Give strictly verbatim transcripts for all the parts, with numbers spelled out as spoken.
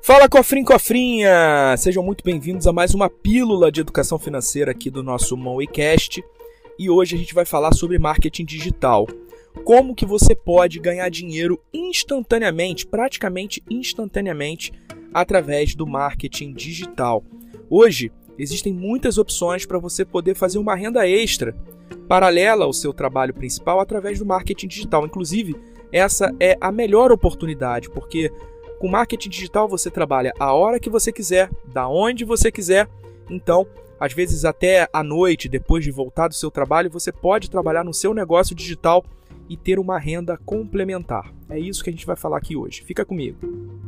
Fala, cofrinho, cofrinha! Sejam muito bem-vindos a mais uma pílula de educação financeira aqui do nosso MoneyCast. E hoje a gente vai falar sobre marketing digital. Como que você pode ganhar dinheiro instantaneamente, praticamente instantaneamente, através do marketing digital. Hoje existem muitas opções para você poder fazer uma renda extra, paralela ao seu trabalho principal, através do marketing digital. Inclusive, essa é a melhor oportunidade, porque com marketing digital você trabalha a hora que você quiser, da onde você quiser. Então, às vezes até à noite, depois de voltar do seu trabalho, você pode trabalhar no seu negócio digital e ter uma renda complementar. É isso que a gente vai falar aqui hoje. Fica comigo.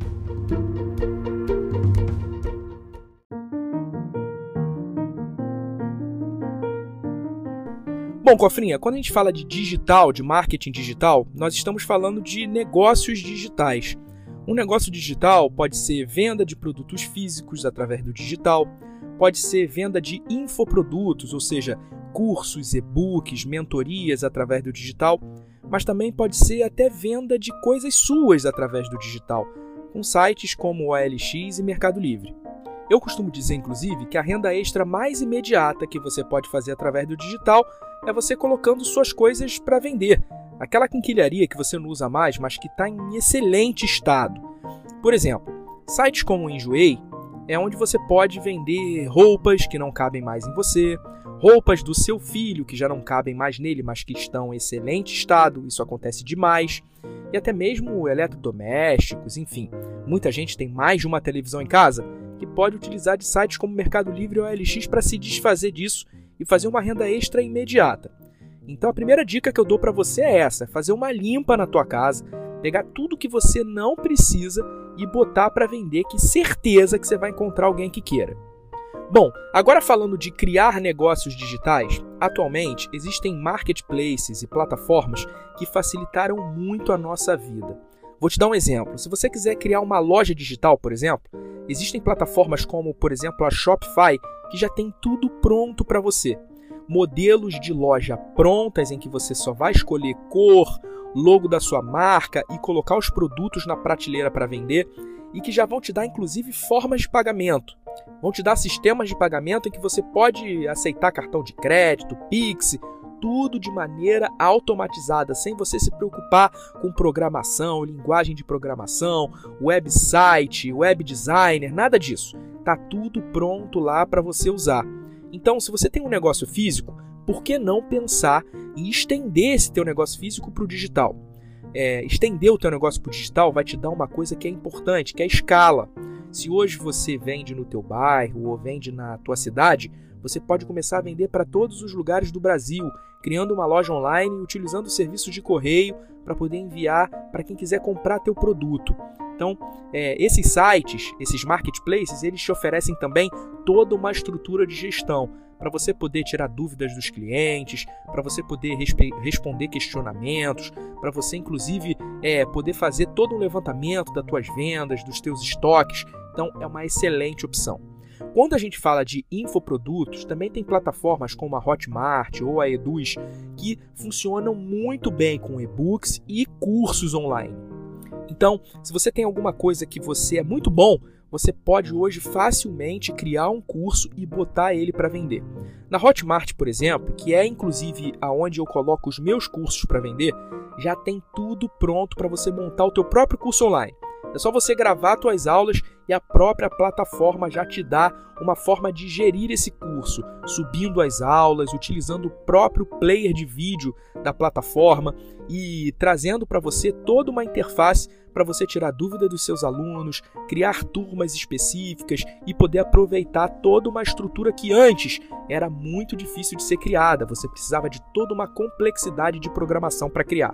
Bom, cofrinha, quando a gente fala de digital, de marketing digital, nós estamos falando de negócios digitais. Um negócio digital pode ser venda de produtos físicos através do digital, pode ser venda de infoprodutos, ou seja, cursos, e-books, mentorias através do digital, mas também pode ser até venda de coisas suas através do digital, com sites como o O L X e Mercado Livre. Eu costumo dizer, inclusive, que a renda extra mais imediata que você pode fazer através do digital é você colocando suas coisas para vender. Aquela quinquilharia que você não usa mais, mas que está em excelente estado. Por exemplo, sites como o Enjoei é onde você pode vender roupas que não cabem mais em você, roupas do seu filho que já não cabem mais nele, mas que estão em excelente estado, isso acontece demais, e até mesmo eletrodomésticos, enfim. Muita gente tem mais de uma televisão em casa que pode utilizar de sites como Mercado Livre ou O L X para se desfazer disso e fazer uma renda extra imediata. Então a primeira dica que eu dou para você é essa, fazer uma limpa na tua casa, pegar tudo que você não precisa e botar para vender, que certeza que você vai encontrar alguém que queira. Bom, agora falando de criar negócios digitais, atualmente existem marketplaces e plataformas que facilitaram muito a nossa vida. Vou te dar um exemplo. Se você quiser criar uma loja digital, por exemplo, existem plataformas como, por exemplo, a Shopify, que já tem tudo pronto para você. Modelos de loja prontas em que você só vai escolher cor, logo da sua marca e colocar os produtos na prateleira para vender, e que já vão te dar inclusive formas de pagamento. Vão te dar sistemas de pagamento em que você pode aceitar cartão de crédito, Pix, tudo de maneira automatizada, sem você se preocupar com programação, linguagem de programação, website, web designer, nada disso. Tá tudo pronto lá para você usar. Então, se você tem um negócio físico, por que não pensar em estender esse teu negócio físico para o digital? É, estender o teu negócio para o digital vai te dar uma coisa que é importante, que é a escala. Se hoje você vende no teu bairro ou vende na tua cidade, você pode começar a vender para todos os lugares do Brasil, criando uma loja online e utilizando o serviço de correio para poder enviar para quem quiser comprar teu produto. Então, é, esses sites, esses marketplaces, eles te oferecem também toda uma estrutura de gestão para você poder tirar dúvidas dos clientes, para você poder respe- responder questionamentos, para você, inclusive, é, poder fazer todo um levantamento das tuas vendas, dos teus estoques. Então, é uma excelente opção. Quando a gente fala de infoprodutos, também tem plataformas como a Hotmart ou a Eduz que funcionam muito bem com e-books e cursos online. Então, se você tem alguma coisa que você é muito bom, você pode hoje facilmente criar um curso e botar ele para vender. Na Hotmart, por exemplo, que é inclusive aonde eu coloco os meus cursos para vender, já tem tudo pronto para você montar o teu próprio curso online. É só você gravar suas aulas e a própria plataforma já te dá uma forma de gerir esse curso, subindo as aulas, utilizando o próprio player de vídeo da plataforma e trazendo para você toda uma interface para você tirar dúvida dos seus alunos, criar turmas específicas e poder aproveitar toda uma estrutura que antes era muito difícil de ser criada. Você precisava de toda uma complexidade de programação para criar.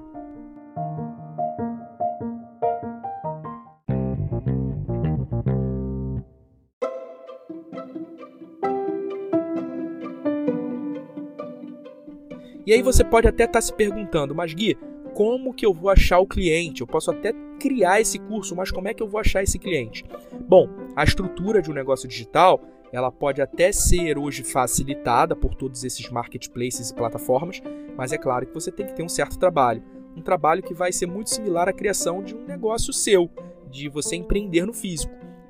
E aí você pode até estar se perguntando, mas Gui, como que eu vou achar o cliente? Eu posso até criar esse curso, mas como é que eu vou achar esse cliente? Bom, a estrutura de um negócio digital, ela pode até ser hoje facilitada por todos esses marketplaces e plataformas, mas é claro que você tem que ter um certo trabalho. Um trabalho que vai ser muito similar à criação de um negócio seu, de você empreender no físico.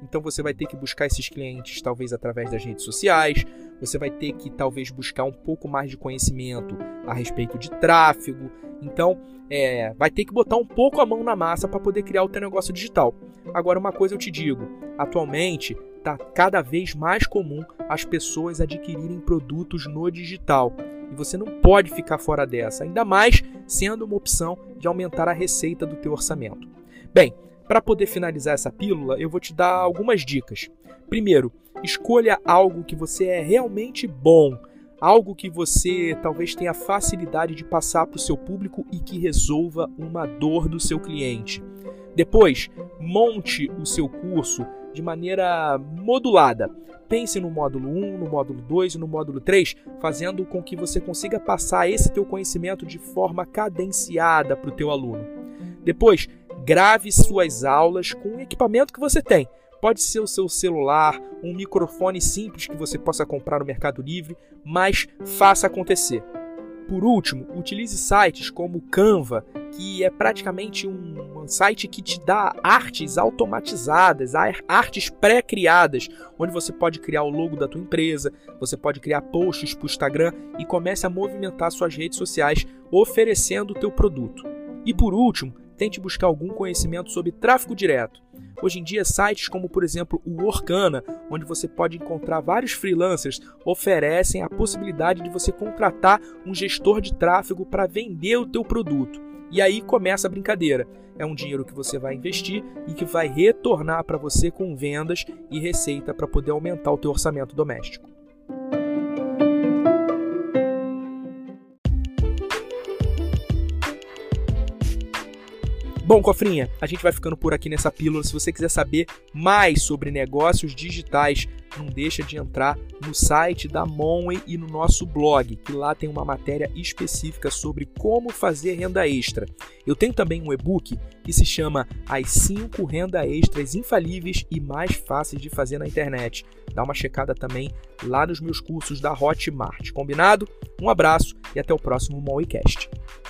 Então você vai ter que buscar esses clientes talvez através das redes sociais, você vai ter que talvez buscar um pouco mais de conhecimento a respeito de tráfego. Então é, vai ter que botar um pouco a mão na massa para poder criar o teu negócio digital. Agora, uma coisa eu te digo, atualmente está cada vez mais comum as pessoas adquirirem produtos no digital. E você não pode ficar fora dessa, ainda mais sendo uma opção de aumentar a receita do teu orçamento. Bem, para poder finalizar essa pílula, eu vou te dar algumas dicas. Primeiro, escolha algo que você é realmente bom, algo que você talvez tenha facilidade de passar para o seu público e que resolva uma dor do seu cliente. Depois, monte o seu curso de maneira modulada. Pense no módulo um, no módulo dois e no módulo três, fazendo com que você consiga passar esse teu conhecimento de forma cadenciada para o teu aluno. Depois, grave suas aulas com o equipamento que você tem. Pode ser o seu celular, um microfone simples que você possa comprar no Mercado Livre, mas faça acontecer. Por último, utilize sites como o Canva, que é praticamente um site que te dá artes automatizadas, artes pré-criadas, onde você pode criar o logo da tua empresa, você pode criar posts para o Instagram e comece a movimentar suas redes sociais oferecendo o teu produto. E por último, tente buscar algum conhecimento sobre tráfego direto. Hoje em dia, sites como, por exemplo, o Workana, onde você pode encontrar vários freelancers, oferecem a possibilidade de você contratar um gestor de tráfego para vender o teu produto. E aí começa a brincadeira. É um dinheiro que você vai investir e que vai retornar para você com vendas e receita para poder aumentar o teu orçamento doméstico. Bom, cofrinha, a gente vai ficando por aqui nessa pílula. Se você quiser saber mais sobre negócios digitais, não deixa de entrar no site da Monway e no nosso blog, que lá tem uma matéria específica sobre como fazer renda extra. Eu tenho também um e-book que se chama As cinco Renda Extras Infalíveis e Mais Fáceis de Fazer na Internet. Dá uma checada também lá nos meus cursos da Hotmart. Combinado? Um abraço e até o próximo Monwaycast.